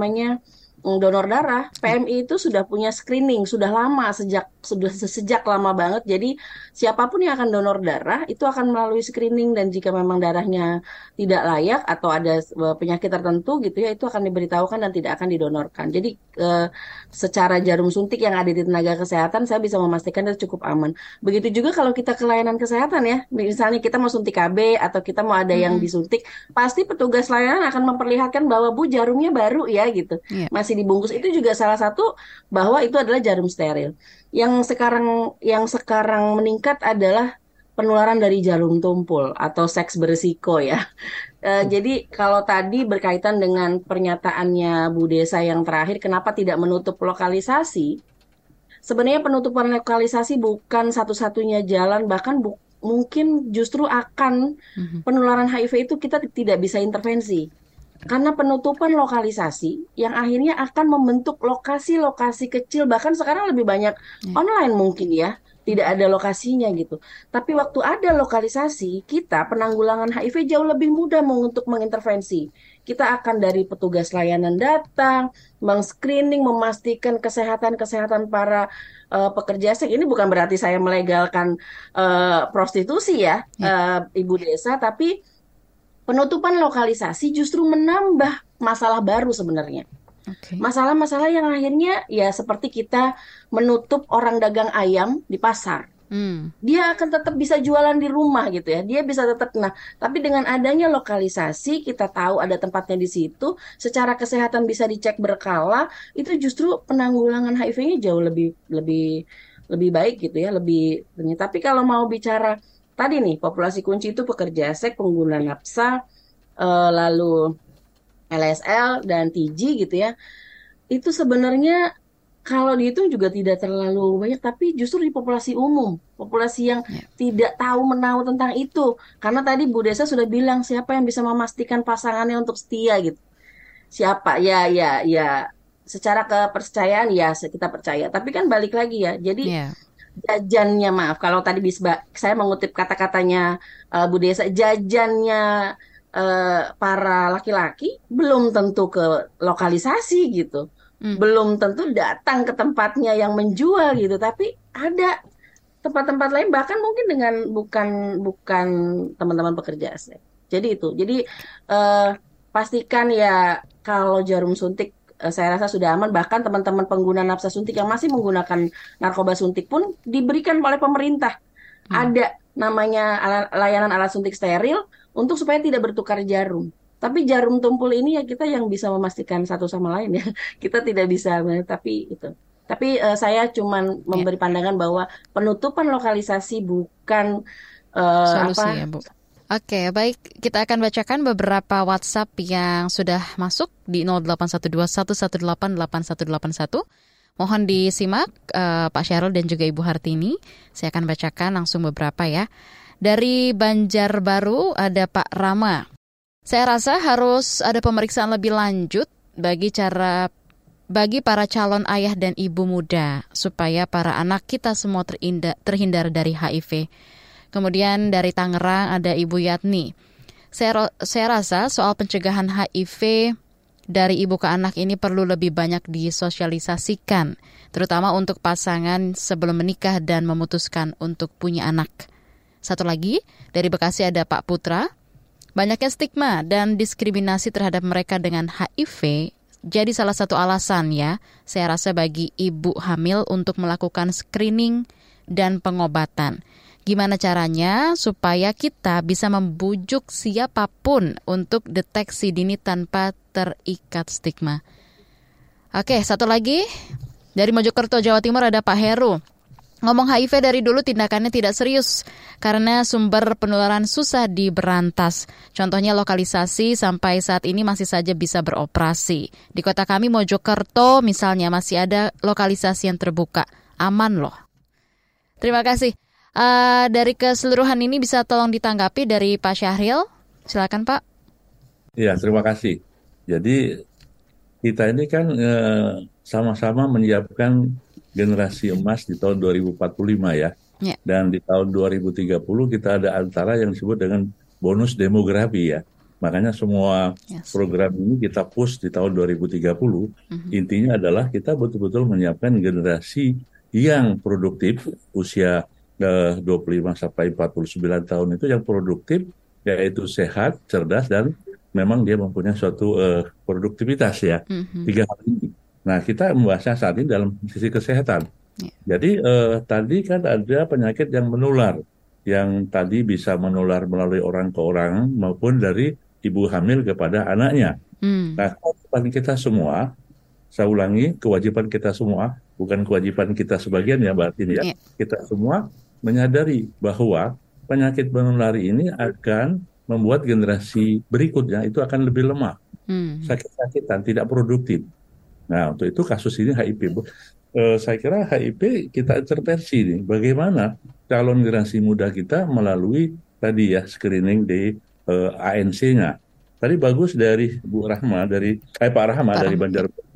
donor darah, PMI itu sudah punya screening, sudah lama, sejak lama banget. Jadi siapapun yang akan donor darah itu akan melalui screening, dan jika memang darahnya tidak layak atau ada penyakit tertentu gitu ya, itu akan diberitahukan dan tidak akan didonorkan. Jadi secara jarum suntik yang ada di tenaga kesehatan, saya bisa memastikan itu cukup aman. Begitu juga kalau kita ke layanan kesehatan ya, misalnya kita mau suntik KB atau kita mau ada yang disuntik, pasti petugas layanan akan memperlihatkan bahwa Bu jarumnya baru ya gitu. Masih dibungkus, itu juga salah satu bahwa itu adalah jarum steril. Yang sekarang meningkat adalah penularan dari jarum tumpul atau seks berisiko ya. Jadi kalau tadi berkaitan dengan pernyataannya Bu Desa yang terakhir, kenapa tidak menutup lokalisasi? Sebenarnya penutupan lokalisasi bukan satu-satunya jalan, bahkan mungkin justru akan penularan HIV itu kita tidak bisa intervensi. Karena penutupan lokalisasi yang akhirnya akan membentuk lokasi-lokasi kecil, bahkan sekarang lebih banyak online mungkin ya, tidak ada lokasinya gitu. Tapi waktu ada lokalisasi, kita penanggulangan HIV jauh lebih mudah untuk mengintervensi. Kita akan dari petugas layanan datang, meng-screening, memastikan kesehatan para pekerja seks. Ini bukan berarti saya melegalkan prostitusi ya, Ibu Desa, tapi penutupan lokalisasi justru menambah masalah baru sebenarnya. Masalah-masalah yang akhirnya ya seperti kita menutup orang dagang ayam di pasar. Dia akan tetap bisa jualan di rumah gitu ya. Dia bisa tetap. Nah, tapi dengan adanya lokalisasi, kita tahu ada tempatnya di situ, secara kesehatan bisa dicek berkala, itu justru penanggulangan HIV-nya jauh lebih baik gitu ya, lebih. Tapi kalau mau bicara tadi nih, populasi kunci itu pekerja seks, pengguna nafsa, lalu LSL dan TG gitu ya. Itu sebenarnya kalau dihitung juga tidak terlalu banyak, tapi justru di populasi umum, populasi yang tidak tahu menahu tentang itu. Karena tadi Bu Desa sudah bilang siapa yang bisa memastikan pasangannya untuk setia gitu. Siapa? Ya, secara kepercayaan ya kita percaya. Tapi kan balik lagi ya. Jadi jajannya, maaf kalau tadi saya mengutip kata-katanya Bu Desa, jajannya para laki-laki belum tentu ke lokalisasi gitu. Belum tentu datang ke tempatnya yang menjual gitu, tapi ada tempat-tempat lain bahkan mungkin dengan bukan teman-teman pekerja seks. Jadi itu. Jadi pastikan ya kalau jarum suntik saya rasa sudah aman. Bahkan teman-teman pengguna nafsa suntik yang masih menggunakan narkoba suntik pun diberikan oleh pemerintah. Ada namanya layanan alat suntik steril untuk supaya tidak bertukar jarum. Tapi jarum tumpul ini ya kita yang bisa memastikan satu sama lain ya. Kita tidak bisa, tapi itu. Tapi saya cuman memberi pandangan bahwa penutupan lokalisasi bukan solusi ya, Bu. Oke, baik. Kita akan bacakan beberapa WhatsApp yang sudah masuk di 081211188181. Mohon disimak Pak Syahril dan juga Ibu Hartini. Saya akan bacakan langsung beberapa ya. Dari Banjarbaru ada Pak Rama. Saya rasa harus ada pemeriksaan lebih lanjut bagi para calon ayah dan ibu muda supaya para anak kita semua terhindar dari HIV. Kemudian dari Tangerang ada Ibu Yatni. Saya rasa soal pencegahan HIV dari ibu ke anak ini perlu lebih banyak disosialisasikan, terutama untuk pasangan sebelum menikah dan memutuskan untuk punya anak. Satu lagi, dari Bekasi ada Pak Putra. Banyaknya stigma dan diskriminasi terhadap mereka dengan HIV jadi salah satu alasan ya, saya rasa bagi ibu hamil untuk melakukan screening dan pengobatan. Gimana caranya supaya kita bisa membujuk siapapun untuk deteksi dini tanpa terikat stigma. Oke, satu lagi. Dari Mojokerto, Jawa Timur ada Pak Heru. Ngomong HIV dari dulu tindakannya tidak serius karena sumber penularan susah diberantas. Contohnya lokalisasi sampai saat ini masih saja bisa beroperasi. Di kota kami Mojokerto misalnya masih ada lokalisasi yang terbuka. Aman loh. Terima kasih. Dari keseluruhan ini bisa tolong ditanggapi dari Pak Syahril. Silakan Pak. Ya, terima kasih. Jadi kita ini kan sama-sama menyiapkan generasi emas di tahun 2045 ya. Dan di tahun 2030 kita ada antara yang disebut dengan bonus demografi ya. Makanya semua program ini kita push di tahun 2030. Intinya adalah kita betul-betul menyiapkan generasi yang produktif usia 25 sampai 49 tahun itu yang produktif, yaitu sehat, cerdas, dan memang dia mempunyai suatu produktivitas ya. Tiga hal ini. Nah, kita membahasnya saat ini dalam sisi kesehatan. Jadi tadi kan ada penyakit yang menular, yang tadi bisa menular melalui orang ke orang maupun dari ibu hamil kepada anaknya. Nah, kewajiban kita semua, saya ulangi, kewajiban kita semua, bukan kewajiban kita sebagian ya, Mbak Tini ya. Kita semua menyadari bahwa penyakit menular ini akan membuat generasi berikutnya itu akan lebih lemah, sakit-sakitan, tidak produktif. Nah, untuk itu kasus ini HIV. Saya kira HIV kita intervensi nih. Bagaimana calon generasi muda kita melalui tadi ya screening di ANC-nya. Tadi bagus dari Bu Rahma, Pak Rahma dari Banjarbaru.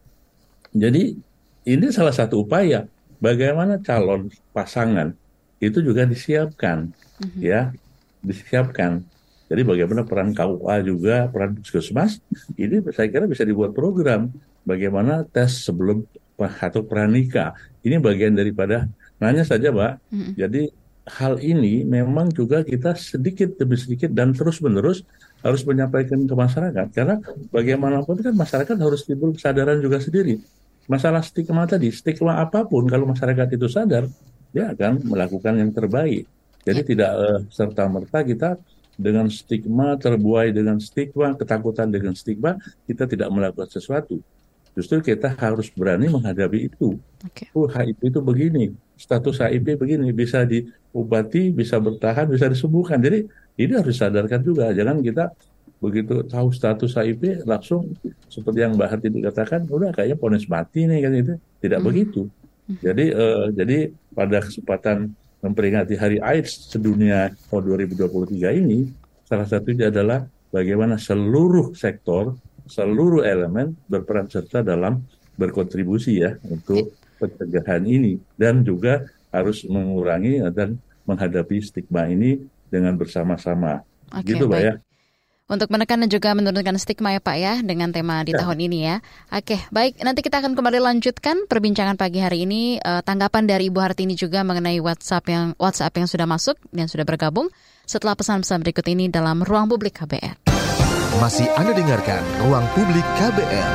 Jadi ini salah satu upaya bagaimana calon pasangan itu juga disiapkan, ya, disiapkan. Jadi bagaimana peran KUA juga, peran puskesmas, ini saya kira bisa dibuat program. Bagaimana tes sebelum atau pranikah. Ini bagian daripada, nanya saja Mbak. Jadi hal ini memang juga kita sedikit demi sedikit dan terus-menerus harus menyampaikan ke masyarakat, karena bagaimanapun kan masyarakat harus timbul kesadaran juga sendiri. Masalah stigma tadi, stigma apapun kalau masyarakat itu sadar, dia akan melakukan yang terbaik. Jadi tidak serta-merta kita dengan stigma, terbuai dengan stigma, ketakutan dengan stigma, kita tidak melakukan sesuatu. Justru kita harus berani menghadapi itu. HIV itu begini, status HIV begini, bisa diobati, bisa bertahan, bisa disembuhkan. Jadi ini harus disadarkan juga. Jangan kita begitu tahu status HIV langsung seperti yang Mbak Hartini katakan, udah kayaknya ponis mati nih kan itu. Tidak begitu. Jadi pada kesempatan memperingati Hari AIDS sedunia tahun 2023 ini, salah satunya adalah bagaimana seluruh sektor, seluruh elemen berperan serta dalam berkontribusi ya untuk pencegahan ini, dan juga harus mengurangi dan menghadapi stigma ini dengan bersama-sama. Gitu Pak ya. Untuk menekan dan juga menurunkan stigma ya Pak ya dengan tema di tahun ini ya. Oke, baik, nanti kita akan kembali lanjutkan perbincangan pagi hari ini. Tanggapan dari Ibu Hartini juga mengenai WhatsApp yang sudah masuk dan sudah bergabung setelah pesan-pesan berikut ini dalam Ruang Publik KBR. Masih Anda dengarkan Ruang Publik KBR.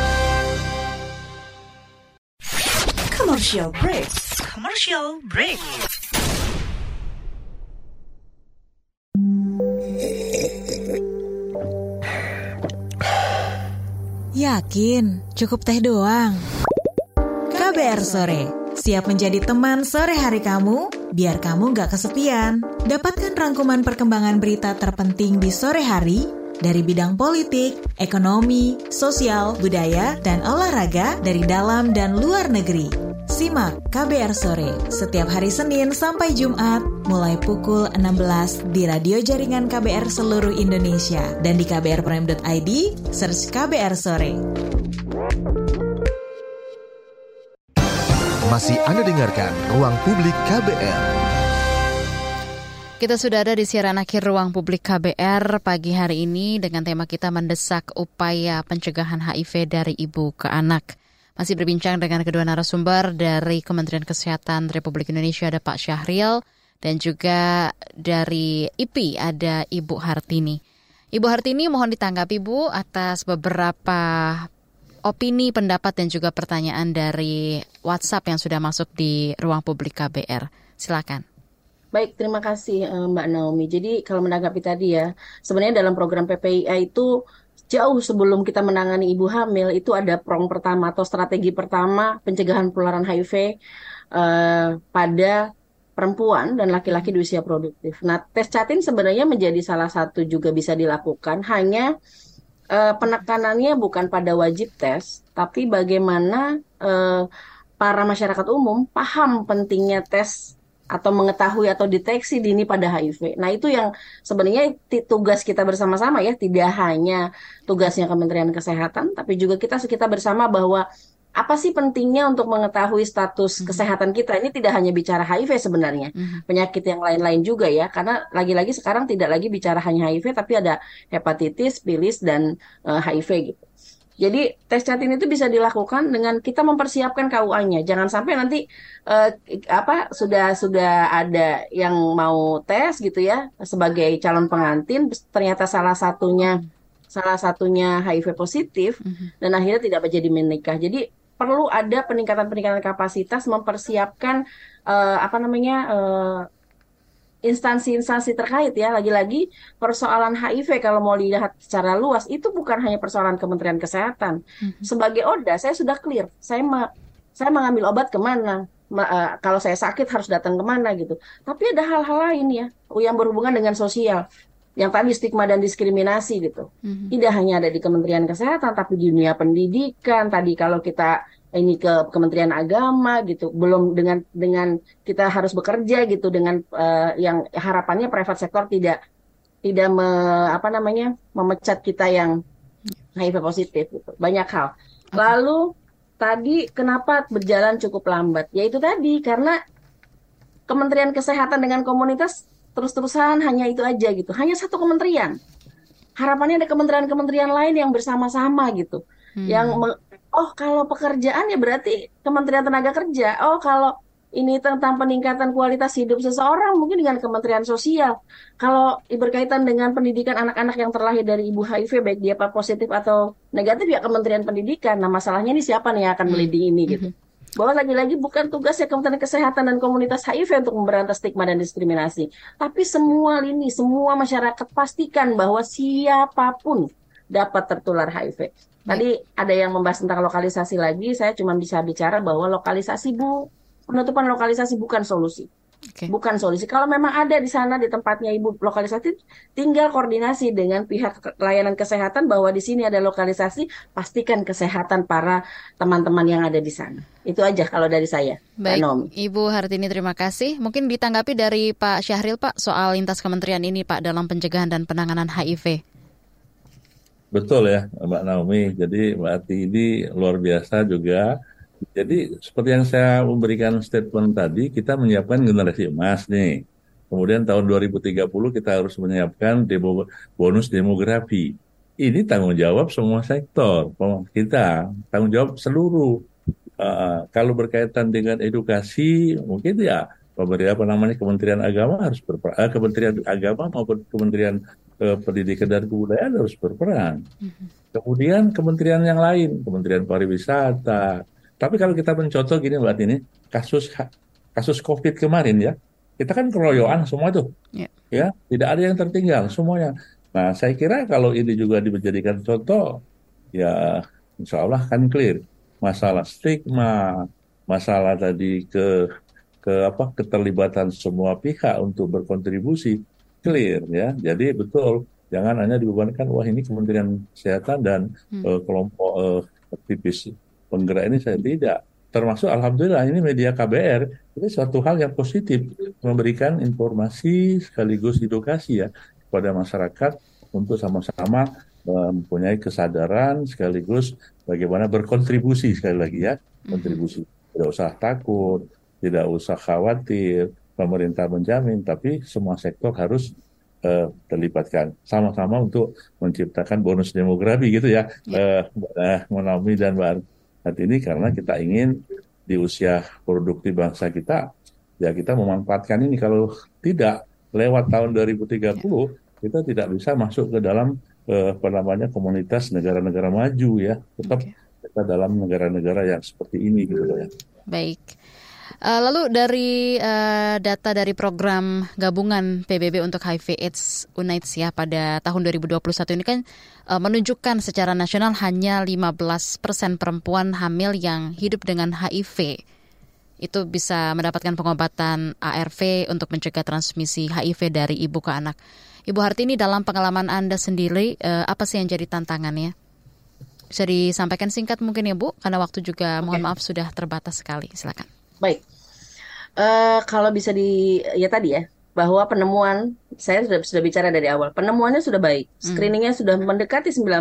Commercial break. Commercial break. Yakin, cukup teh doang. KBR Sore, siap menjadi teman sore hari kamu, biar kamu gak kesepian. Dapatkan rangkuman perkembangan berita terpenting di sore hari, dari bidang politik, ekonomi, sosial, budaya, dan olahraga dari dalam dan luar negeri. Simak KBR Sore setiap hari Senin sampai Jumat mulai pukul 16 di radio jaringan KBR seluruh Indonesia dan di kbrprime.id, search KBR Sore. Masih Anda dengarkan Ruang Publik KBR. Kita sudah ada di siaran akhir Ruang Publik KBR pagi hari ini dengan tema kita mendesak upaya pencegahan HIV dari ibu ke anak. Masih berbincang dengan kedua narasumber dari Kementerian Kesehatan Republik Indonesia, ada Pak Syahril, dan juga dari IPI ada Ibu Hartini. Ibu Hartini, mohon ditanggapi Bu atas beberapa opini, pendapat, dan juga pertanyaan dari WhatsApp yang sudah masuk di Ruang Publik KBR. Silakan. Baik, terima kasih Mbak Naomi. Jadi kalau menanggapi tadi ya, sebenarnya dalam program PPIA itu jauh sebelum kita menangani ibu hamil itu ada prong pertama atau strategi pertama pencegahan penularan HIV pada perempuan dan laki-laki di usia produktif. Nah, tes catin sebenarnya menjadi salah satu juga bisa dilakukan, hanya penekanannya bukan pada wajib tes, tapi bagaimana para masyarakat umum paham pentingnya tes atau mengetahui atau deteksi dini pada HIV. Nah, itu yang sebenarnya tugas kita bersama-sama ya, tidak hanya tugasnya Kementerian Kesehatan, tapi juga kita bersama bahwa apa sih pentingnya untuk mengetahui status kesehatan kita. Ini tidak hanya bicara HIV sebenarnya, penyakit yang lain-lain juga ya, karena lagi-lagi sekarang tidak lagi bicara hanya HIV, tapi ada hepatitis, bilis, dan HIV gitu. Jadi tes catin itu bisa dilakukan dengan kita mempersiapkan KUA-nya. Jangan sampai nanti sudah ada yang mau tes gitu ya sebagai calon pengantin, ternyata salah satunya HIV positif dan akhirnya tidak menjadi menikah. Jadi perlu ada peningkatan kapasitas mempersiapkan instansi-instansi terkait ya. Lagi-lagi persoalan HIV kalau mau dilihat secara luas itu bukan hanya persoalan Kementerian Kesehatan. Sebagai ODA saya sudah clear, saya mengambil obat kemana, kalau saya sakit harus datang kemana gitu. Tapi ada hal-hal lain ya yang berhubungan dengan sosial, yang tadi stigma dan diskriminasi gitu. Tidak hanya ada di Kementerian Kesehatan, tapi di dunia pendidikan. Tadi kalau kita ini ke Kementerian Agama gitu, belum dengan kita harus bekerja gitu dengan yang harapannya private sector tidak memecat kita yang HIV positif gitu. Banyak hal. Lalu tadi kenapa berjalan cukup lambat? Yaitu tadi karena Kementerian Kesehatan dengan komunitas terus-terusan hanya itu aja gitu. Hanya satu kementerian. Harapannya ada kementerian-kementerian lain yang bersama-sama gitu. Yang kalau pekerjaan ya berarti Kementerian Tenaga Kerja. Oh, kalau ini tentang peningkatan kualitas hidup seseorang mungkin dengan Kementerian Sosial. Kalau berkaitan dengan pendidikan anak-anak yang terlahir dari ibu HIV, baik dia positif atau negatif, ya Kementerian Pendidikan. Nah, masalahnya ini siapa nih yang akan meliding ini gitu. Bahwa lagi-lagi bukan tugasnya Kementerian Kesehatan dan komunitas HIV untuk memberantas stigma dan diskriminasi. Tapi semua lini, semua masyarakat pastikan bahwa siapapun dapat tertular HIV. Tadi ada yang membahas tentang lokalisasi lagi, saya cuma bisa bicara bahwa penutupan lokalisasi bukan solusi. Bukan solusi. Kalau memang ada di sana di tempatnya ibu lokalisasi, tinggal koordinasi dengan pihak layanan kesehatan bahwa di sini ada lokalisasi, pastikan kesehatan para teman-teman yang ada di sana. Itu aja kalau dari saya. Baik, Ibu Hartini terima kasih. Mungkin ditanggapi dari Pak Syahril, Pak, soal lintas kementerian ini, Pak, dalam pencegahan dan penanganan HIV. Betul ya, Mbak Naomi. Jadi Mbak Hartini luar biasa juga. Jadi seperti yang saya memberikan statement tadi, kita menyiapkan generasi emas nih. Kemudian tahun 2030 kita harus menyiapkan bonus demografi. Ini tanggung jawab semua sektor. Kita tanggung jawab seluruh. Kalau berkaitan dengan edukasi, mungkin ya Kementerian Agama harus berperan. Kementerian Agama maupun Kementerian Pendidikan dan Kebudayaan harus berperan. Kemudian kementerian yang lain, Kementerian Pariwisata. Tapi kalau kita mencontoh gini Mbak Tini, kasus COVID kemarin ya, kita kan keroyokan semua tuh, ya tidak ada yang tertinggal semuanya. Nah saya kira kalau ini juga dijadikan contoh, ya insya Allah kan clear. Masalah stigma, masalah tadi keterlibatan semua pihak untuk berkontribusi clear ya. Jadi betul, jangan hanya dibebankan wah ini Kementerian Kesehatan dan kelompok aktivis penggerak ini, saya tidak. Termasuk alhamdulillah ini media KBR, ini suatu hal yang positif, memberikan informasi sekaligus edukasi ya kepada masyarakat untuk sama-sama mempunyai kesadaran sekaligus bagaimana berkontribusi, sekali lagi ya, kontribusi. Tidak usah takut, tidak usah khawatir, pemerintah menjamin, tapi semua sektor harus terlibatkan sama-sama untuk menciptakan bonus demografi gitu ya, Mbak Naomi dan Mbak ini, karena kita ingin di usia produktif bangsa kita, ya kita memanfaatkan ini. Kalau tidak, lewat tahun 2030, kita tidak bisa masuk ke dalam komunitas negara-negara maju ya. Tetap kita dalam negara-negara yang seperti ini gitu ya. Baik. Lalu dari data dari program gabungan PBB untuk HIV/AIDS UNAIDS ya pada tahun 2021 ini kan menunjukkan secara nasional hanya 15% perempuan hamil yang hidup dengan HIV itu bisa mendapatkan pengobatan ARV untuk mencegah transmisi HIV dari ibu ke anak. Ibu Hartini, dalam pengalaman Anda sendiri apa sih yang jadi tantangannya? Bisa disampaikan singkat mungkin ya Bu, karena waktu juga mohon maaf sudah terbatas sekali. Silakan. Baik, kalau bisa ya tadi ya, bahwa penemuan, saya sudah bicara dari awal, penemuannya sudah baik, screeningnya sudah mendekati 95%,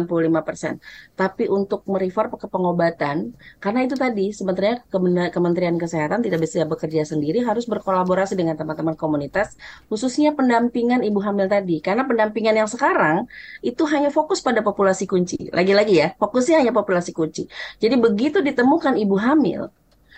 tapi untuk merefer ke pengobatan, karena itu tadi sebenarnya Kementerian Kesehatan tidak bisa bekerja sendiri, harus berkolaborasi dengan teman-teman komunitas, khususnya pendampingan ibu hamil tadi, karena pendampingan yang sekarang itu hanya fokus pada populasi kunci, lagi-lagi ya, fokusnya hanya populasi kunci. Jadi begitu ditemukan ibu hamil,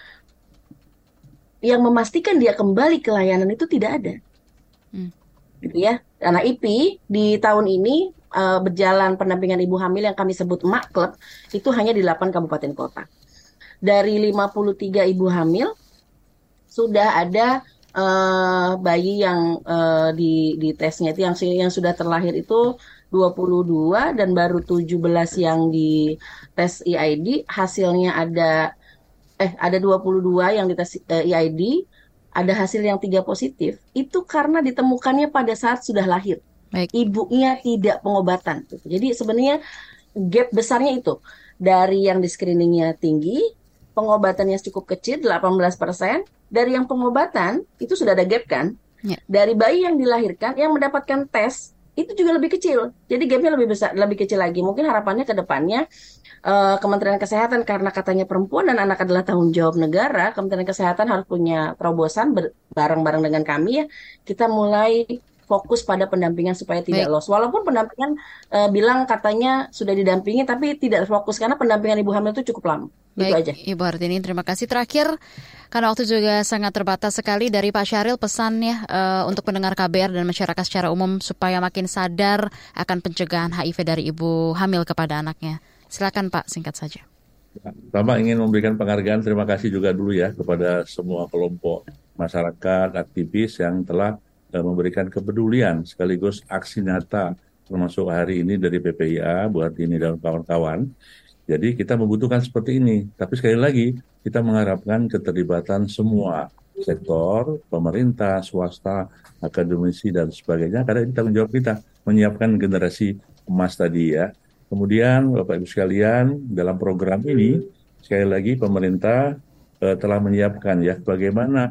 yang memastikan dia kembali ke layanan itu tidak ada. Gitu ya. Karena IP di tahun ini berjalan pendampingan ibu hamil yang kami sebut MAK Club itu hanya di 8 kabupaten kota. Dari 53 ibu hamil sudah ada bayi yang di tesnya itu yang sudah terlahir itu 22 dan baru 17 yang di tes EID, hasilnya ada 22 yang dites EID, ada hasil yang 3 positif, itu karena ditemukannya pada saat sudah lahir. Baik. Ibunya tidak pengobatan. Jadi sebenarnya gap besarnya itu. Dari yang di screeningnya tinggi, pengobatannya cukup kecil, 18%. Dari yang pengobatan, itu sudah ada gap kan? Ya. Dari bayi yang dilahirkan, yang mendapatkan tes, itu juga lebih kecil. Jadi gapnya lebih besar, lebih kecil lagi. Mungkin harapannya ke depannya, Kementerian Kesehatan, karena katanya perempuan dan anak adalah tanggung jawab negara, Kementerian Kesehatan harus punya terobosan bareng-bareng dengan kami ya. Kita mulai fokus pada pendampingan supaya tidak loss. Walaupun pendampingan bilang katanya sudah didampingi, tapi tidak fokus karena pendampingan ibu hamil itu cukup lama. Itu aja. Ibu Hartini, terima kasih. Terakhir, karena waktu juga sangat terbatas sekali, dari Pak Syahril pesannya untuk pendengar KBR dan masyarakat secara umum supaya makin sadar akan pencegahan HIV dari ibu hamil kepada anaknya. Silakan Pak, singkat saja. Pertama ingin memberikan penghargaan, terima kasih juga dulu ya kepada semua kelompok masyarakat, aktivis yang telah memberikan kepedulian sekaligus aksi nyata termasuk hari ini dari PPIA, Bu Hartini dan kawan-kawan. Jadi kita membutuhkan seperti ini. Tapi sekali lagi kita mengharapkan keterlibatan semua sektor, pemerintah, swasta, akademisi dan sebagainya. Karena ini tanggung jawab kita menyiapkan generasi emas tadi ya. Kemudian Bapak Ibu sekalian, dalam program ini sekali lagi pemerintah telah menyiapkan ya bagaimana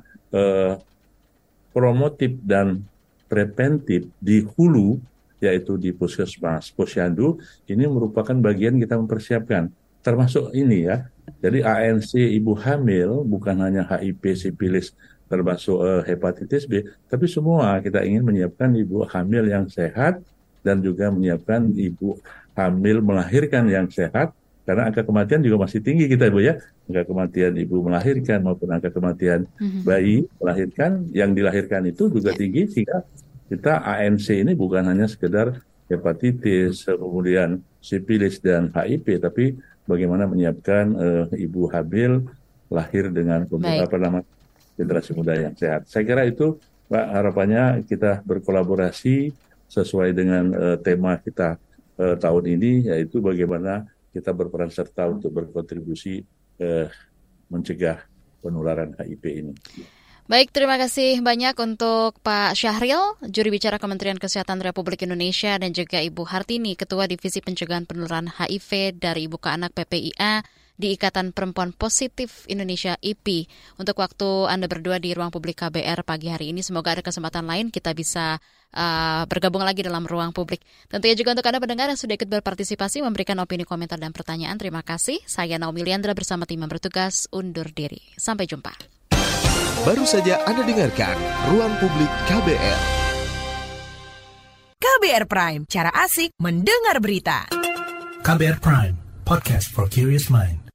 promotif dan preventif di hulu, yaitu di puskesmas, posyandu, ini merupakan bagian kita mempersiapkan. Termasuk ini ya, jadi ANC ibu hamil bukan hanya HIV, sipilis, termasuk hepatitis B, tapi semua kita ingin menyiapkan ibu hamil yang sehat dan juga menyiapkan ibu hamil melahirkan yang sehat, karena angka kematian juga masih tinggi kita Ibu ya, angka kematian ibu melahirkan maupun angka kematian bayi melahirkan, yang dilahirkan itu juga tinggi, sehingga kita ANC ini bukan hanya sekedar hepatitis, kemudian sipilis dan HIV, tapi bagaimana menyiapkan ibu hamil lahir dengan generasi muda yang sehat. Saya kira itu Pak, harapannya kita berkolaborasi sesuai dengan tema kita tahun ini, yaitu bagaimana kita berperan serta untuk berkontribusi mencegah penularan HIV ini. Baik, terima kasih banyak untuk Pak Syahril, juri bicara Kementerian Kesehatan Republik Indonesia, dan juga Ibu Hartini, Ketua Divisi Pencegahan Penularan HIV dari Ibu ke Anak PPIA di Ikatan Perempuan Positif Indonesia IPI. Untuk waktu Anda berdua di Ruang Publik KBR pagi hari ini, semoga ada kesempatan lain kita bisa bergabung lagi dalam Ruang Publik. Tentunya juga untuk Anda pendengar yang sudah ikut berpartisipasi, memberikan opini, komentar, dan pertanyaan, terima kasih. Saya Naomi Liandra bersama tim yang bertugas undur diri. Sampai jumpa. Baru saja Anda dengarkan Ruang Publik KBR. KBR Prime, cara asik mendengar berita. KBR Prime, podcast for curious mind.